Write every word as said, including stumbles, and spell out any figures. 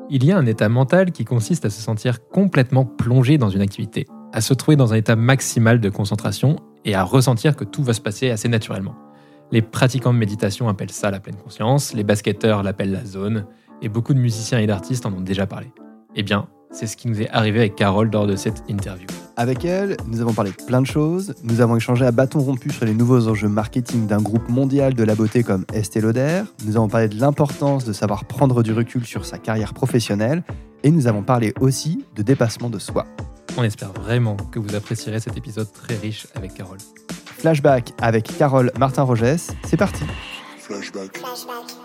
Il y a un état mental qui consiste à se sentir complètement plongé dans une activité, à se trouver dans un état maximal de concentration et à ressentir que tout va se passer assez naturellement. Les pratiquants de méditation appellent ça la pleine conscience, les basketteurs l'appellent la zone, et beaucoup de musiciens et d'artistes en ont déjà parlé. Eh bien, c'est ce qui nous est arrivé avec Carole lors de cette interview. Avec elle, nous avons parlé de plein de choses, nous avons échangé à bâton rompu sur les nouveaux enjeux marketing d'un groupe mondial de la beauté comme Estée Lauder, nous avons parlé de l'importance de savoir prendre du recul sur sa carrière professionnelle, et nous avons parlé aussi de dépassement de soi. On espère vraiment que vous apprécierez cet épisode très riche avec Carole. Flashback avec Carole Martin-Rogès, c'est parti. Flashback. Flashback.